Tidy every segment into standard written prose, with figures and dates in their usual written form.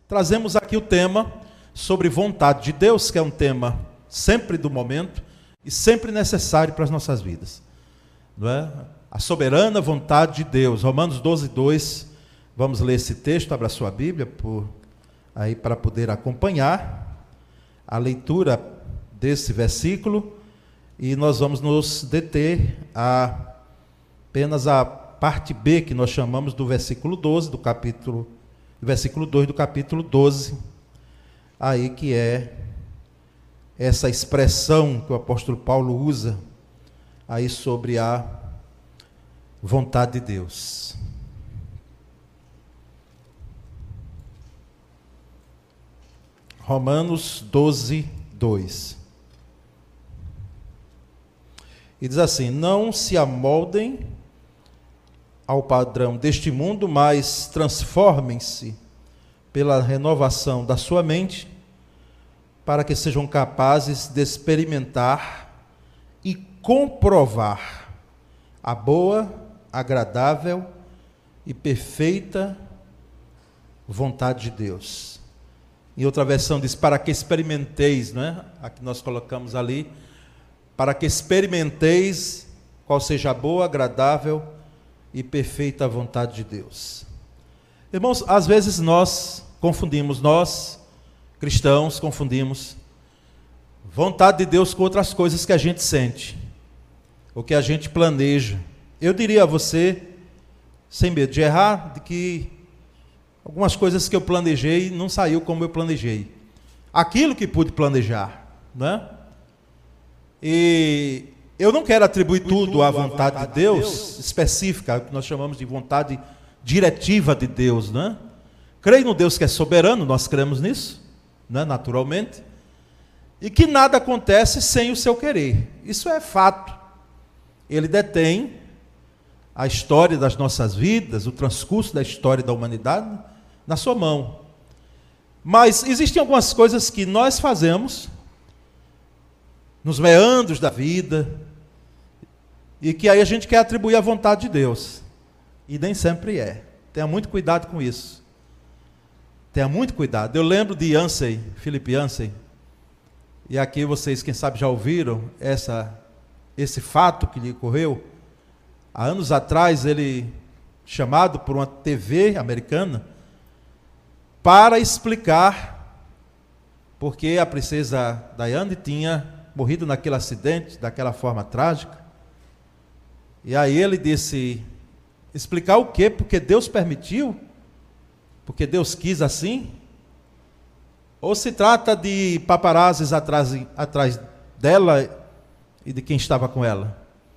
trazemos aqui o tema sobre vontade de Deus, que é um tema sempre do momento e sempre necessário para as nossas vidas. Não é? A soberana vontade de Deus. Romanos 12:2. Vamos ler esse texto, abra sua Bíblia aí para poder acompanhar a leitura desse versículo. E nós vamos nos deter apenas a parte B, que nós chamamos do versículo 12, versículo 2 do capítulo 12, aí que é essa expressão que o apóstolo Paulo usa aí sobre a vontade de Deus. Romanos 12:2. E diz assim: não se amoldem ao padrão deste mundo, mas transformem-se pela renovação da sua mente, para que sejam capazes de experimentar e comprovar a boa, agradável e perfeita vontade de Deus. Em outra versão diz, para que experimenteis, não é? Aqui nós colocamos ali, para que experimenteis qual seja a boa, agradável e perfeita vontade de Deus. Irmãos, às vezes nós cristãos, confundimos vontade de Deus com outras coisas que a gente sente, ou que a gente planeja. Eu diria a você, sem medo de errar, de que algumas coisas que eu planejei não saiu como eu planejei. Aquilo que pude planejar, né? E eu não quero atribuir tudo à vontade de Deus específica, o que nós chamamos de vontade diretiva de Deus, né? Creio no Deus que é soberano, nós cremos nisso, né? Naturalmente, e que nada acontece sem o seu querer. Isso é fato. Ele detém a história das nossas vidas, o transcurso da história da humanidade na sua mão. Mas existem algumas coisas que nós fazemos nos meandros da vida, e que aí a gente quer atribuir à vontade de Deus, e nem sempre é. Tenha muito cuidado com isso. Tenha muito cuidado. Eu lembro de Philip Yancey, e aqui vocês, quem sabe, já ouviram esse fato que lhe ocorreu. Há anos atrás, ele chamado por uma TV americana para explicar porque a princesa Diana tinha morrido naquele acidente, daquela forma trágica. E aí ele disse, explicar o quê? Porque Deus permitiu? Porque Deus quis assim? Ou se trata de paparazzis atrás dela e de quem estava com ela?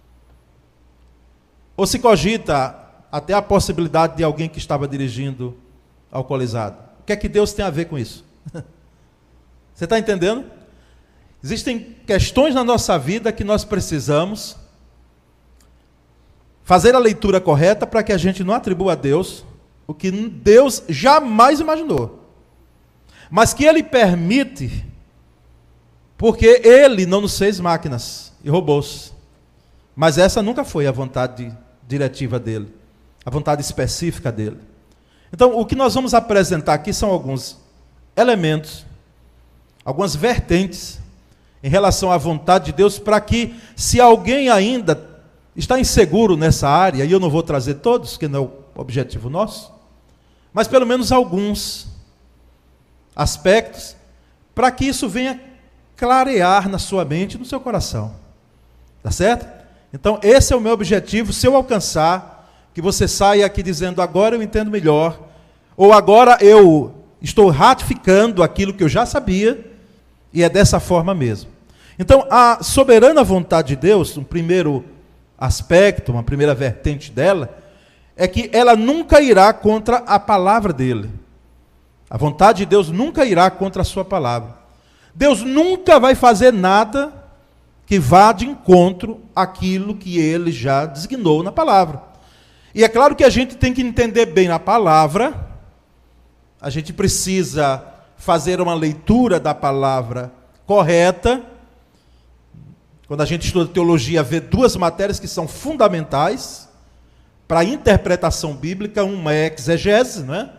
Ou se cogita até a possibilidade de alguém que estava dirigindo alcoolizado? O que é que Deus tem a ver com isso? Você está entendendo? Existem questões na nossa vida que nós precisamos fazer a leitura correta para que a gente não atribua a Deus o que Deus jamais imaginou, mas que Ele permite, porque Ele não nos fez máquinas e robôs, mas essa nunca foi a vontade diretiva dEle, a vontade específica dEle. Então, o que nós vamos apresentar aqui são alguns elementos, algumas vertentes em relação à vontade de Deus, para que, se alguém ainda está inseguro nessa área, e eu não vou trazer todos, que não é o objetivo nosso, mas pelo menos alguns aspectos, para que isso venha clarear na sua mente e no seu coração. Tá certo? Então, esse é o meu objetivo. Se eu alcançar, que você saia aqui dizendo, agora eu entendo melhor, ou agora eu estou ratificando aquilo que eu já sabia, e é dessa forma mesmo. Então, a soberana vontade de Deus, um primeiro aspecto, uma primeira vertente dela, é que ela nunca irá contra a palavra dele. A vontade de Deus nunca irá contra a sua palavra. Deus nunca vai fazer nada que vá de encontro àquilo que ele já designou na palavra. E é claro que a gente tem que entender bem a palavra, a gente precisa fazer uma leitura da palavra correta. Quando a gente estuda teologia, vê duas matérias que são fundamentais para a interpretação bíblica. Uma é exegese, não é?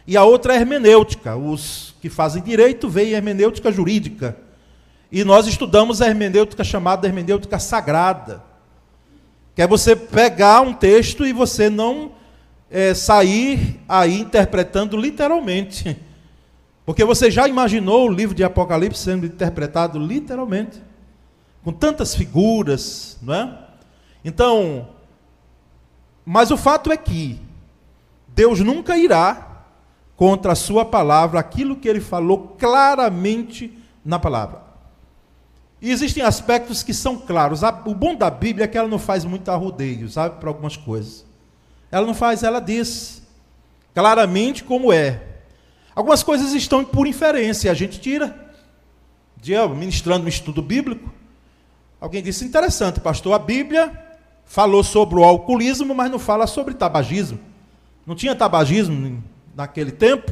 E a outra é hermenêutica. Os que fazem direito veem hermenêutica jurídica. E nós estudamos a hermenêutica chamada hermenêutica sagrada. Que é você pegar um texto e você não sair aí interpretando literalmente. Porque você já imaginou o livro de Apocalipse sendo interpretado literalmente, com tantas figuras, não é? Então, mas o fato é que Deus nunca irá contra a sua palavra aquilo que ele falou claramente na palavra. E existem aspectos que são claros. O bom da Bíblia é que ela não faz muito arrodeio, sabe, para algumas coisas. Ela não faz, ela diz claramente como é. Algumas coisas estão por inferência, a gente tira. Ministrando um estudo bíblico, alguém disse, interessante, pastor, a Bíblia falou sobre o alcoolismo, mas não fala sobre tabagismo. Não tinha tabagismo naquele tempo?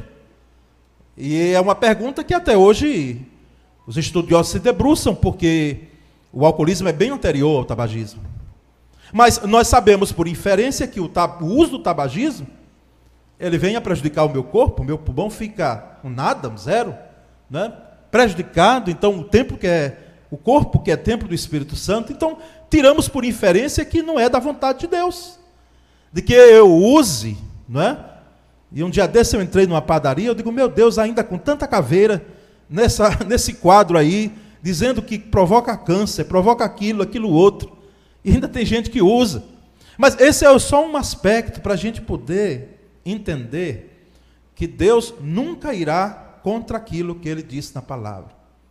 E é uma pergunta que até hoje os estudiosos se debruçam, porque o alcoolismo é bem anterior ao tabagismo. Mas nós sabemos por inferência que o uso do tabagismo, ele vem a prejudicar o meu corpo, o meu pulmão fica com nada, um zero, né? Prejudicado. Então o corpo que é templo do Espírito Santo, então tiramos por inferência que não é da vontade de Deus, de que eu use, não é? E um dia desse eu entrei numa padaria, eu digo, meu Deus, ainda com tanta caveira, nesse quadro aí, dizendo que provoca câncer, provoca aquilo outro, e ainda tem gente que usa. Mas esse é só um aspecto para a gente poder entender que Deus nunca irá contra aquilo que ele disse na palavra.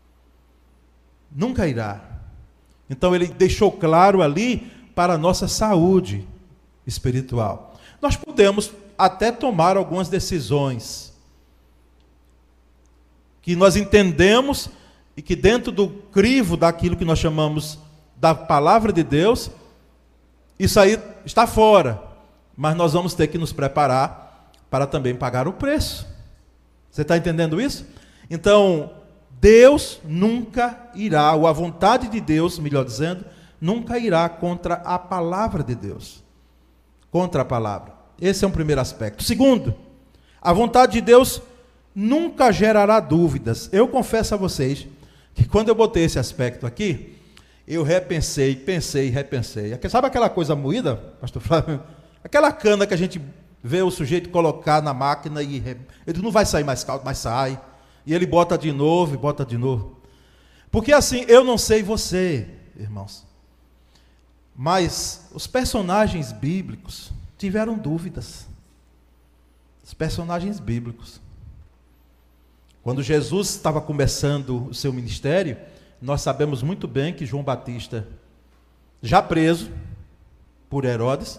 Nunca irá. Então ele deixou claro ali para a nossa saúde espiritual. Nós podemos até tomar algumas decisões que nós entendemos e que dentro do crivo daquilo que nós chamamos da palavra de Deus, isso aí está fora, mas nós vamos ter que nos preparar para também pagar o preço. Você está entendendo isso? Então, Deus nunca irá, ou a vontade de Deus, melhor dizendo, nunca irá contra a palavra de Deus. Contra a palavra. Esse é um primeiro aspecto. Segundo, a vontade de Deus nunca gerará dúvidas. Eu confesso a vocês que quando eu botei esse aspecto aqui, eu repensei. Sabe aquela coisa moída, pastor Flávio? Aquela cana que a gente vê o sujeito colocar na máquina e ele não vai sair mais caldo, mas sai. E ele bota de novo e bota de novo. Porque assim, eu não sei você, irmãos, mas os personagens bíblicos tiveram dúvidas. Os personagens bíblicos. Quando Jesus estava começando o seu ministério, nós sabemos muito bem que João Batista, já preso por Herodes,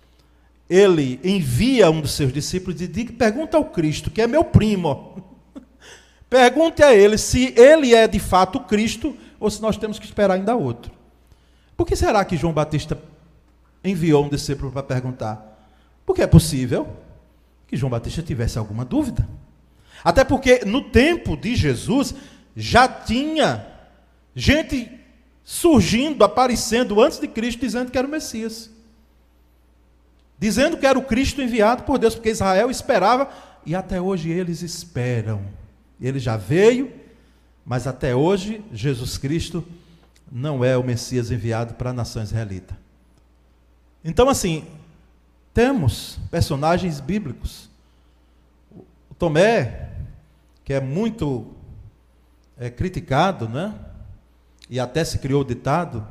ele envia um dos seus discípulos e diz, pergunta ao Cristo, que é meu primo, pergunte a ele se ele é de fato o Cristo ou se nós temos que esperar ainda outro. Por que será que João Batista enviou um discípulo para perguntar? Porque é possível que João Batista tivesse alguma dúvida. Até porque no tempo de Jesus já tinha gente surgindo, aparecendo antes de Cristo, dizendo que era o Messias. Dizendo que era o Cristo enviado por Deus, porque Israel esperava, e até hoje eles esperam. Ele já veio, mas até hoje Jesus Cristo não é o Messias enviado para a nação israelita. Então assim, temos personagens bíblicos. O Tomé, que é muito criticado, né? E até se criou o ditado,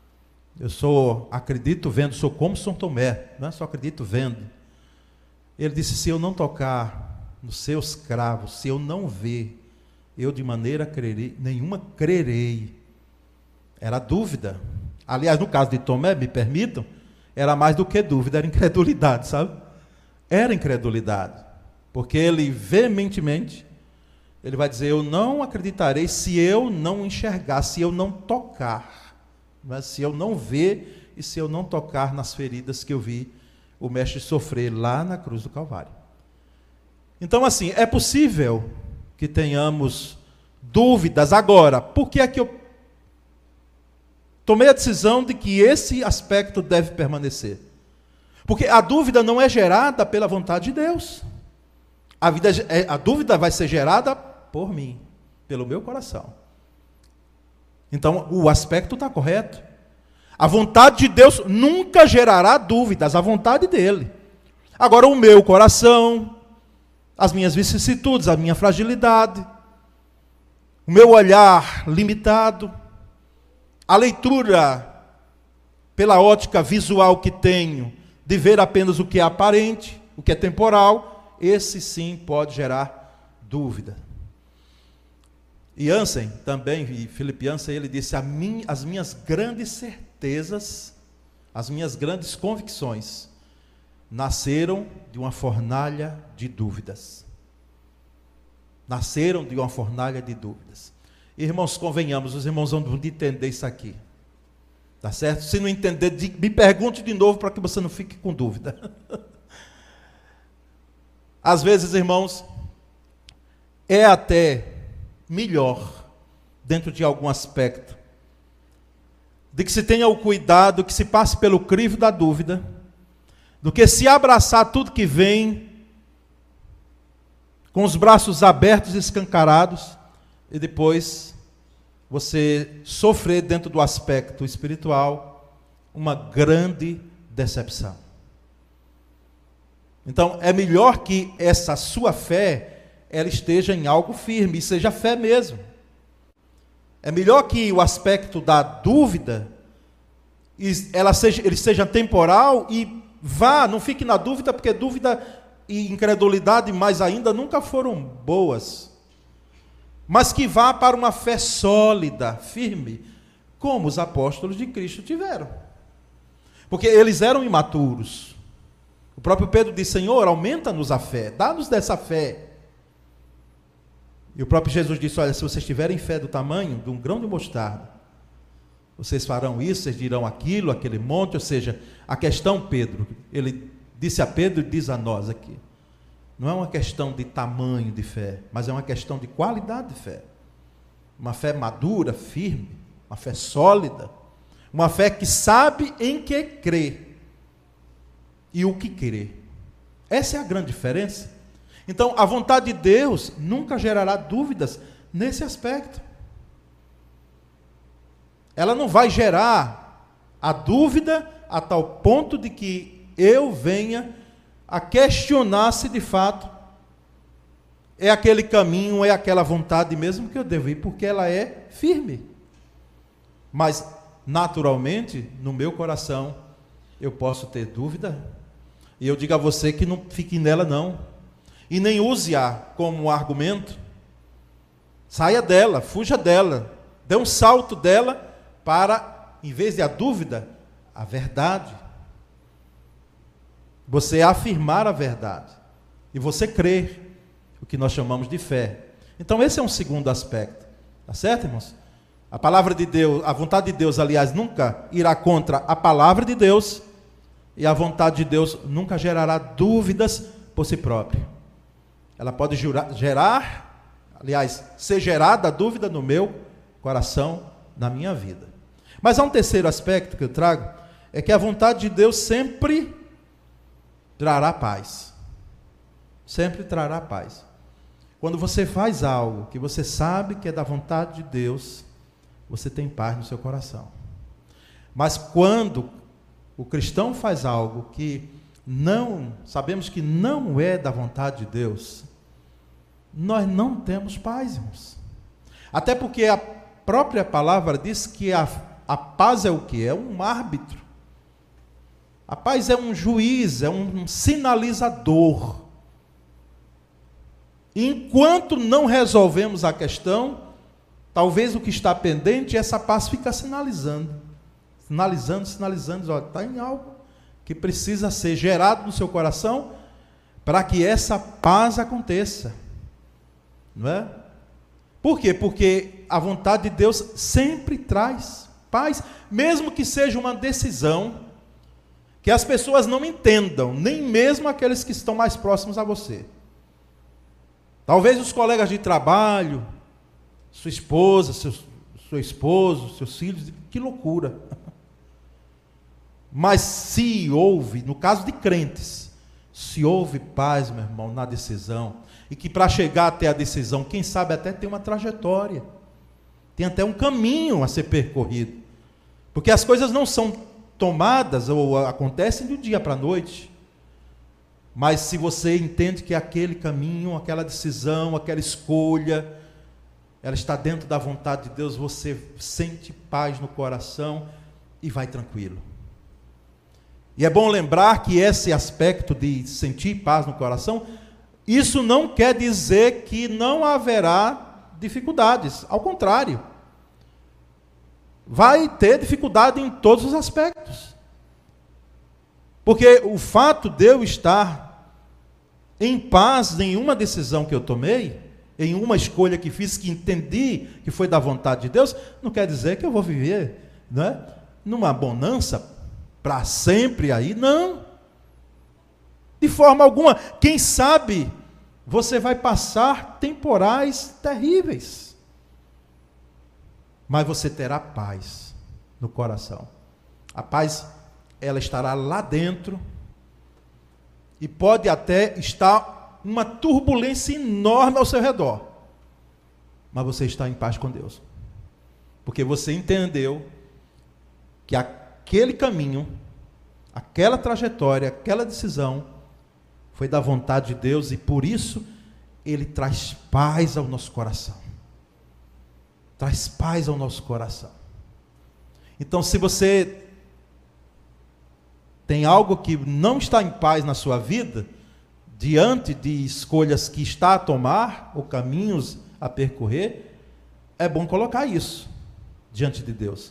acredito vendo, sou como São Tomé, né? Só acredito vendo. Ele disse, se eu não tocar nos seus cravos, se eu não ver, eu de maneira nenhuma crerei. Era dúvida. Aliás, no caso de Tomé, me permitam, era mais do que dúvida, era incredulidade, sabe? Era incredulidade. Porque ele veementemente, ele vai dizer, eu não acreditarei se eu não enxergar, se eu não tocar, mas se eu não ver e se eu não tocar nas feridas que eu vi o mestre sofrer lá na cruz do Calvário. Então assim, é possível que tenhamos dúvidas. Agora, por que é que eu tomei a decisão de que esse aspecto deve permanecer? Porque a dúvida não é gerada pela vontade de Deus. A dúvida vai ser gerada por mim, pelo meu coração. Então, o aspecto está correto. A vontade de Deus nunca gerará dúvidas, a vontade dele. Agora, o meu coração, as minhas vicissitudes, a minha fragilidade, o meu olhar limitado, a leitura pela ótica visual que tenho, de ver apenas o que é aparente, o que é temporal, esse sim pode gerar dúvida. E Ansem, também, e Philip Ansem, ele disse, as minhas grandes certezas, as minhas grandes convicções, nasceram de uma fornalha de dúvidas. Nasceram de uma fornalha de dúvidas. Irmãos, convenhamos, os irmãos vão entender isso aqui. Tá certo? Se não entender, me pergunte de novo para que você não fique com dúvida. Às vezes, irmãos, é até melhor, dentro de algum aspecto, de que se tenha o cuidado, que se passe pelo crivo da dúvida, do que se abraçar tudo que vem, com os braços abertos e escancarados, e depois você sofrer dentro do aspecto espiritual uma grande decepção. Então, é melhor que essa sua fé ela esteja em algo firme, e seja fé mesmo. É melhor que o aspecto da dúvida, ele seja temporal e não fique na dúvida, porque dúvida e incredulidade, mais ainda, nunca foram boas. Mas que vá para uma fé sólida, firme, como os apóstolos de Cristo tiveram. Porque eles eram imaturos. O próprio Pedro disse, Senhor, aumenta-nos a fé, dá-nos dessa fé. E o próprio Jesus disse, olha, se vocês tiverem fé do tamanho de um grão de mostarda, vocês farão isso, vocês dirão aquilo, aquele monte. Ou seja, a questão, Pedro, ele disse a Pedro e diz a nós aqui, não é uma questão de tamanho de fé, mas é uma questão de qualidade de fé. Uma fé madura, firme, uma fé sólida, uma fé que sabe em que crê e o que crê. Essa é a grande diferença. Então, a vontade de Deus nunca gerará dúvidas nesse aspecto. Ela não vai gerar a dúvida a tal ponto de que eu venha a questionar se de fato é aquele caminho, é aquela vontade mesmo que eu devo ir, porque ela é firme. Mas, naturalmente, no meu coração, eu posso ter dúvida, e eu digo a você que não fique nela não. E nem use-a como argumento. Saia dela, fuja dela, dê um salto dela para, em vez de a dúvida, a verdade. Você afirmar a verdade e você crer, o que nós chamamos de fé. Então esse é um segundo aspecto, tá certo, irmãos? A palavra de Deus, a vontade de Deus, aliás, nunca irá contra a palavra de Deus, e a vontade de Deus nunca gerará dúvidas por si própria. Ela pode ser gerada a dúvida no meu coração, na minha vida. Mas há um terceiro aspecto que eu trago, é que a vontade de Deus sempre trará paz. Sempre trará paz. Quando você faz algo que você sabe que é da vontade de Deus, você tem paz no seu coração. Mas quando o cristão faz algo que sabemos que não é da vontade de Deus, nós não temos paz, irmãos. Até porque a própria palavra diz que a paz é o quê? É um árbitro. A paz é um juiz, é um sinalizador. E enquanto não resolvemos a questão, talvez o que está pendente, essa paz fica sinalizando. Sinalizando, olha, está em algo que precisa ser gerado no seu coração para que essa paz aconteça. Não é? Por quê? Porque a vontade de Deus sempre traz paz, mesmo que seja uma decisão que as pessoas não entendam, nem mesmo aqueles que estão mais próximos a você. Talvez os colegas de trabalho, sua esposa, seu esposo, seus filhos, que loucura. Mas se houve, no caso de crentes, se houve paz, meu irmão, na decisão, e que para chegar até a decisão, quem sabe até tem uma trajetória, tem até um caminho a ser percorrido, porque as coisas não são tomadas ou acontecem do dia para a noite. Mas se você entende que aquele caminho, aquela decisão, aquela escolha, ela está dentro da vontade de Deus, você sente paz no coração e vai tranquilo. E é bom lembrar que esse aspecto de sentir paz no coração, isso não quer dizer que não haverá dificuldades. Ao contrário, vai ter dificuldade em todos os aspectos. Porque o fato de eu estar em paz em uma decisão que eu tomei, em uma escolha que fiz, que entendi que foi da vontade de Deus, não quer dizer que eu vou viver, né, numa bonança para sempre aí, não. De forma alguma. Quem sabe você vai passar temporais terríveis, mas você terá paz no coração. A paz, ela estará lá dentro, e pode até estar uma turbulência enorme ao seu redor, mas você está em paz com Deus, porque você entendeu que aquele caminho, aquela trajetória, aquela decisão foi da vontade de Deus, e por isso Ele traz paz ao nosso coração. Traz paz ao nosso coração. Então, se você tem algo que não está em paz na sua vida, diante de escolhas que está a tomar, ou caminhos a percorrer, é bom colocar isso diante de Deus.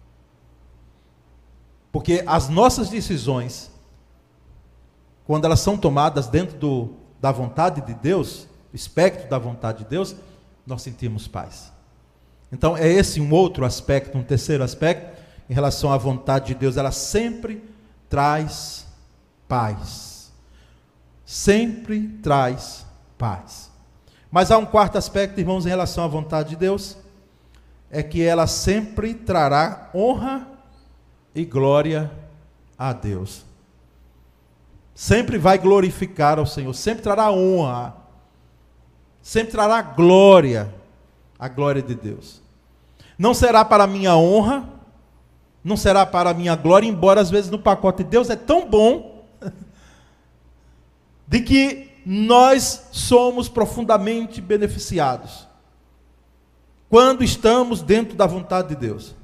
Porque as nossas decisões, quando elas são tomadas dentro da vontade de Deus, do espectro da vontade de Deus, nós sentimos paz. Então é esse um outro aspecto, um terceiro aspecto, em relação à vontade de Deus. Ela sempre traz paz. Sempre traz paz. Mas há um quarto aspecto, irmãos, em relação à vontade de Deus, é que ela sempre trará honra e glória a Deus. Sempre vai glorificar ao Senhor, sempre trará honra, sempre trará glória, a glória de Deus. Não será para a minha honra, não será para a minha glória, embora às vezes no pacote de Deus é tão bom, de que nós somos profundamente beneficiados, quando estamos dentro da vontade de Deus.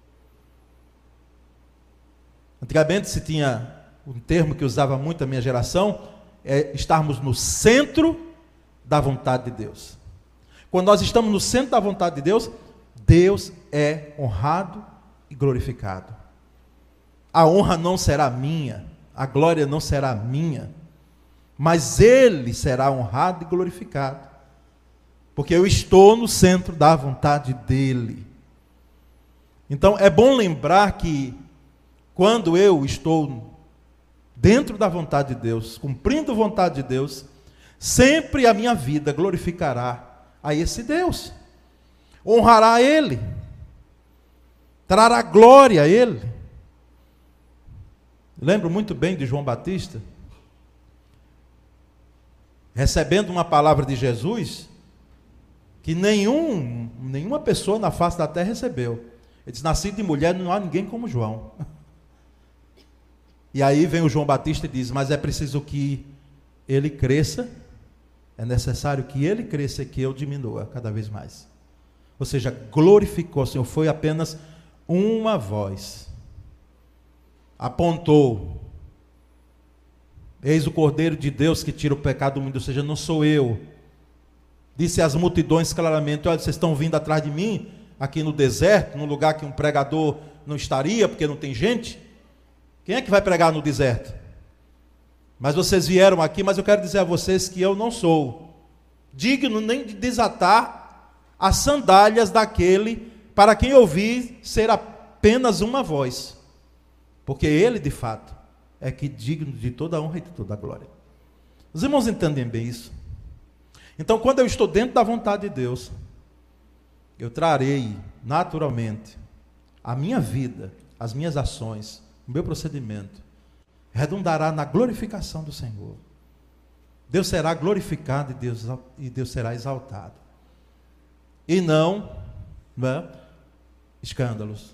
Antigamente se tinha um termo que usava muito a minha geração, é estarmos no centro da vontade de Deus. Quando nós estamos no centro da vontade de Deus, Deus é honrado e glorificado. A honra não será minha, a glória não será minha, mas Ele será honrado e glorificado, porque eu estou no centro da vontade dEle. Então é bom lembrar que quando eu estou dentro da vontade de Deus, cumprindo a vontade de Deus, sempre a minha vida glorificará a esse Deus, honrará Ele, trará glória a Ele. Lembro muito bem de João Batista, recebendo uma palavra de Jesus, que nenhuma pessoa na face da terra recebeu. Ele diz: nascido de mulher não há ninguém como João. E aí vem o João Batista e diz: mas é preciso que ele cresça, é necessário que ele cresça e que eu diminua cada vez mais. Ou seja, glorificou o Senhor, foi apenas uma voz. Apontou: eis o Cordeiro de Deus que tira o pecado do mundo, ou seja, não sou eu. Disse às multidões claramente: olha, vocês estão vindo atrás de mim, aqui no deserto, num lugar que um pregador não estaria, porque não tem gente. Quem é que vai pregar no deserto? Mas vocês vieram aqui, mas eu quero dizer a vocês que eu não sou digno nem de desatar as sandálias daquele para quem ouvir ser apenas uma voz, porque ele de fato é que digno de toda a honra e de toda a glória. Os irmãos entendem bem isso? Então, quando eu estou dentro da vontade de Deus, eu trarei naturalmente a minha vida, as minhas ações, o meu procedimento redundará na glorificação do Senhor. Deus será glorificado e Deus será exaltado. E não escândalos.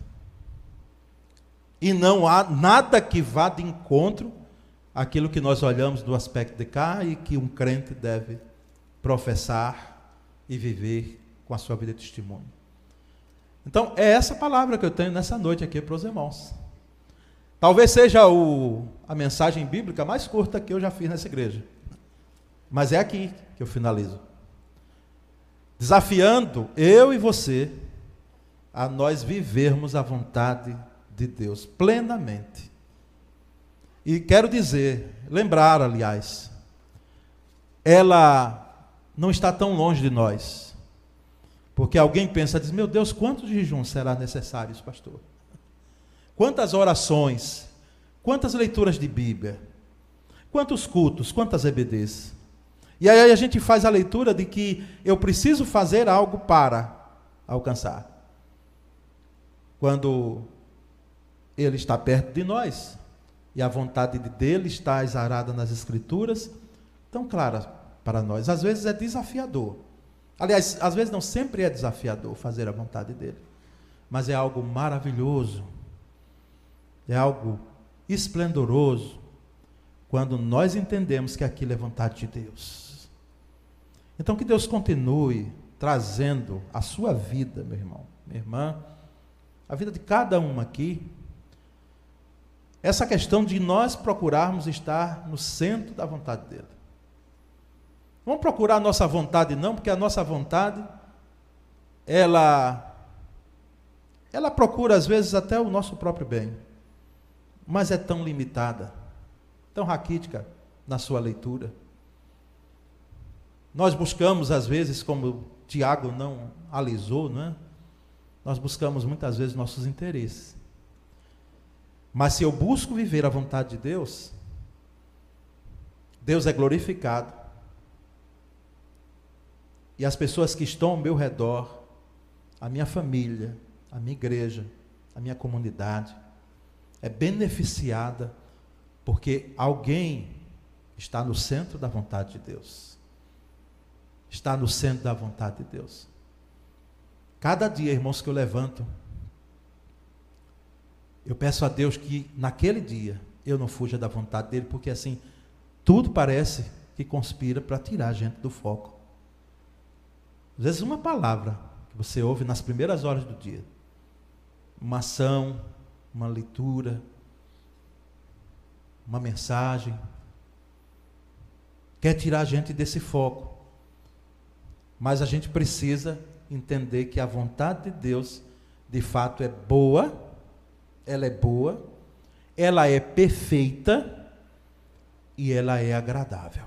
E não há nada que vá de encontro àquilo que nós olhamos do aspecto de cá e que um crente deve professar e viver com a sua vida de testemunho. Então, é essa palavra que eu tenho nessa noite aqui para os irmãos. Talvez seja a mensagem bíblica mais curta que eu já fiz nessa igreja. Mas é aqui que eu finalizo. Desafiando eu e você a nós vivermos a vontade de Deus plenamente. E quero dizer, lembrar, aliás, ela não está tão longe de nós. Porque alguém pensa, diz, meu Deus, quantos jejuns será necessários, pastor? Quantas orações? Quantas leituras de Bíblia? Quantos cultos? Quantas EBDs? E aí a gente faz a leitura de que eu preciso fazer algo para alcançar. Quando Ele está perto de nós, e a vontade dele está exarada nas Escrituras, tão clara para nós. Às vezes é desafiador. Aliás, às vezes não sempre é desafiador fazer a vontade dele, mas é algo maravilhoso, é algo esplendoroso, quando nós entendemos que aquilo é vontade de Deus. Então que Deus continue trazendo a sua vida, meu irmão, minha irmã, a vida de cada um aqui, essa questão de nós procurarmos estar no centro da vontade dele. Não vamos procurar a nossa vontade não, porque a nossa vontade, ela procura às vezes até o nosso próprio bem, mas é tão limitada, tão raquítica na sua leitura. Nós buscamos às vezes, como Tiago não alisou, não é? Nós buscamos muitas vezes nossos interesses. Mas se eu busco viver a vontade de Deus, Deus é glorificado. E as pessoas que estão ao meu redor, a minha família, a minha igreja, a minha comunidade, é beneficiada porque alguém está no centro da vontade de Deus. Está no centro da vontade de Deus. Cada dia, irmãos, que eu levanto, eu peço a Deus que naquele dia eu não fuja da vontade dele, porque assim, tudo parece que conspira para tirar a gente do foco. Às vezes uma palavra que você ouve nas primeiras horas do dia, uma ação, uma leitura, uma mensagem, quer tirar a gente desse foco. Mas a gente precisa entender que a vontade de Deus, de fato, é boa, ela é boa, ela é perfeita e ela é agradável.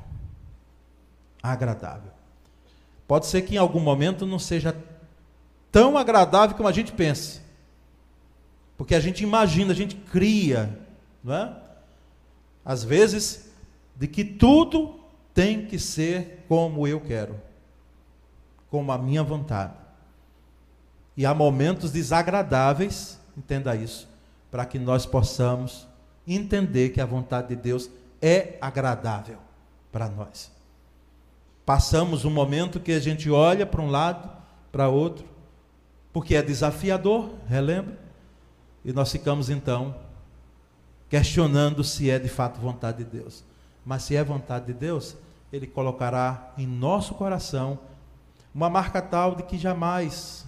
Agradável. Pode ser que em algum momento não seja tão agradável como a gente pense. Porque a gente imagina, a gente cria, não é? Às vezes, de que tudo tem que ser como eu quero, como a minha vontade. E há momentos desagradáveis, entenda isso, para que nós possamos entender que a vontade de Deus é agradável para nós. Passamos um momento que a gente olha para um lado, para outro, porque é desafiador, relembra? E nós ficamos então questionando se é de fato vontade de Deus. Mas se é vontade de Deus, Ele colocará em nosso coração uma marca tal de que jamais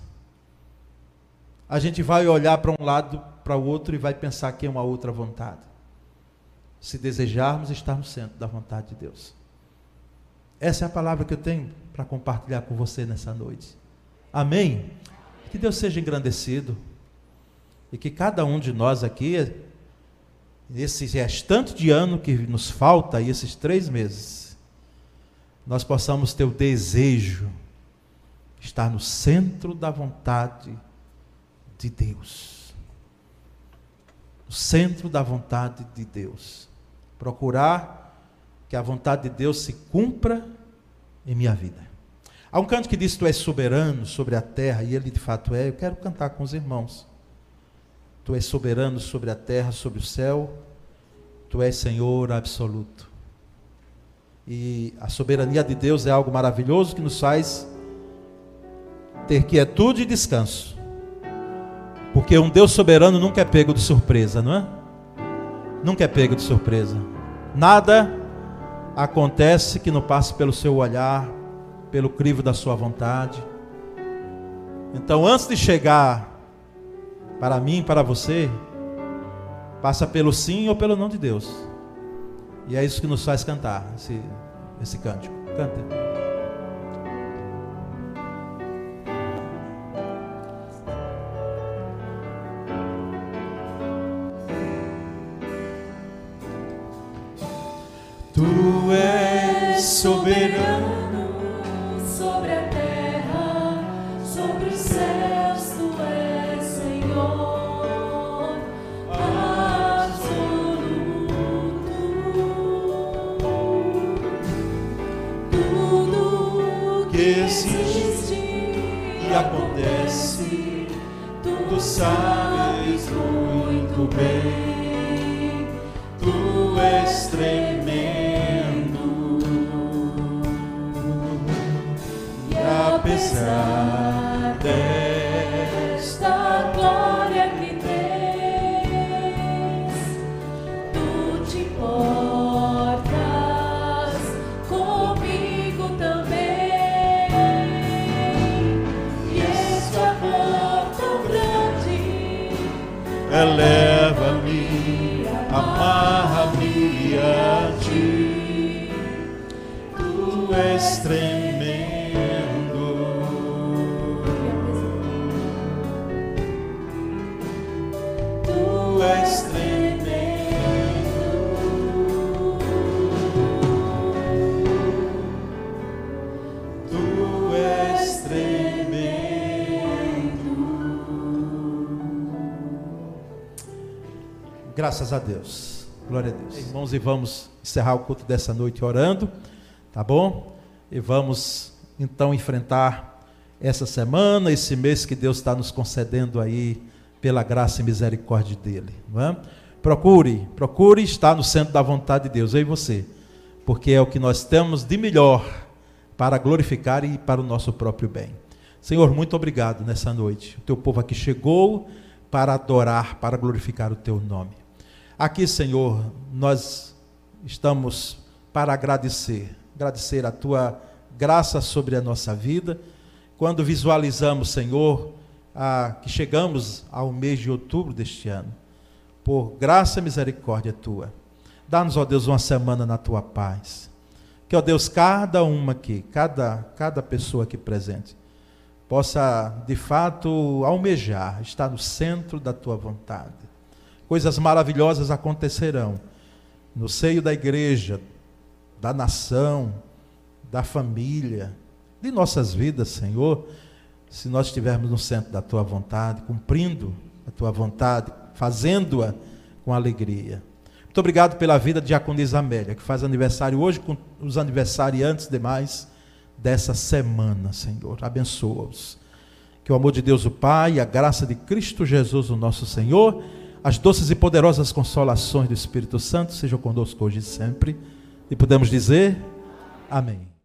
a gente vai olhar para um lado, para o outro e vai pensar que é uma outra vontade. Se desejarmos estar no centro da vontade de Deus. Essa é a palavra que eu tenho para compartilhar com você nessa noite. Amém? Que Deus seja engrandecido e que cada um de nós aqui, nesse restante de ano que nos falta, e esses 3 meses, nós possamos ter o desejo de estar no centro da vontade de Deus. No centro da vontade de Deus. Procurar que a vontade de Deus se cumpra em minha vida. Há um canto que diz: Tu és soberano sobre a terra, e ele de fato é. Eu quero cantar com os irmãos. Tu és soberano sobre a terra, sobre o céu, Tu és Senhor absoluto. E a soberania de Deus é algo maravilhoso que nos faz ter quietude e descanso. Porque um Deus soberano nunca é pego de surpresa, não é? Nunca é pego de surpresa. Nada acontece que não passe pelo seu olhar, pelo crivo da sua vontade. Então, antes de chegar para mim, para você, passa pelo sim ou pelo não de Deus. E é isso que nos faz cantar esse cântico. Canta. Tu és soberano sobre a terra, sobre os céus, tu és Senhor absoluto. Tudo que existe e acontece, tu sabes muito bem. Tu és tremendo. Apesar desta glória que tens, tu te importas comigo também. E este amor tão grande eleva-me, amarra-me a ti. Tu és tremendo. Graças a Deus, glória a Deus. Irmãos, e vamos encerrar o culto dessa noite orando, tá bom? E vamos então enfrentar essa semana, esse mês que Deus está nos concedendo aí, pela graça e misericórdia dEle, não é? Procure estar no centro da vontade de Deus, eu e você, porque é o que nós temos de melhor para glorificar e para o nosso próprio bem. Senhor, muito obrigado nessa noite. O teu povo aqui chegou para adorar, para glorificar o teu nome. Aqui, Senhor, nós estamos para agradecer a tua graça sobre a nossa vida. Quando visualizamos, Senhor, que chegamos ao mês de outubro deste ano, por graça e misericórdia tua, dá-nos, ó Deus, uma semana na tua paz. Que, ó Deus, cada uma aqui, cada pessoa aqui presente, possa, de fato, almejar, estar no centro da tua vontade. Coisas maravilhosas acontecerão no seio da igreja, da nação, da família, de nossas vidas, Senhor, se nós estivermos no centro da tua vontade, cumprindo a tua vontade, fazendo-a com alegria. Muito obrigado pela vida de Diaconisa Amélia, que faz aniversário hoje, com os aniversariantes demais dessa semana, Senhor. Abençoa-os. Que o amor de Deus o Pai, a graça de Cristo Jesus, o nosso Senhor, as doces e poderosas consolações do Espírito Santo sejam conosco hoje e sempre. E podemos dizer, amém.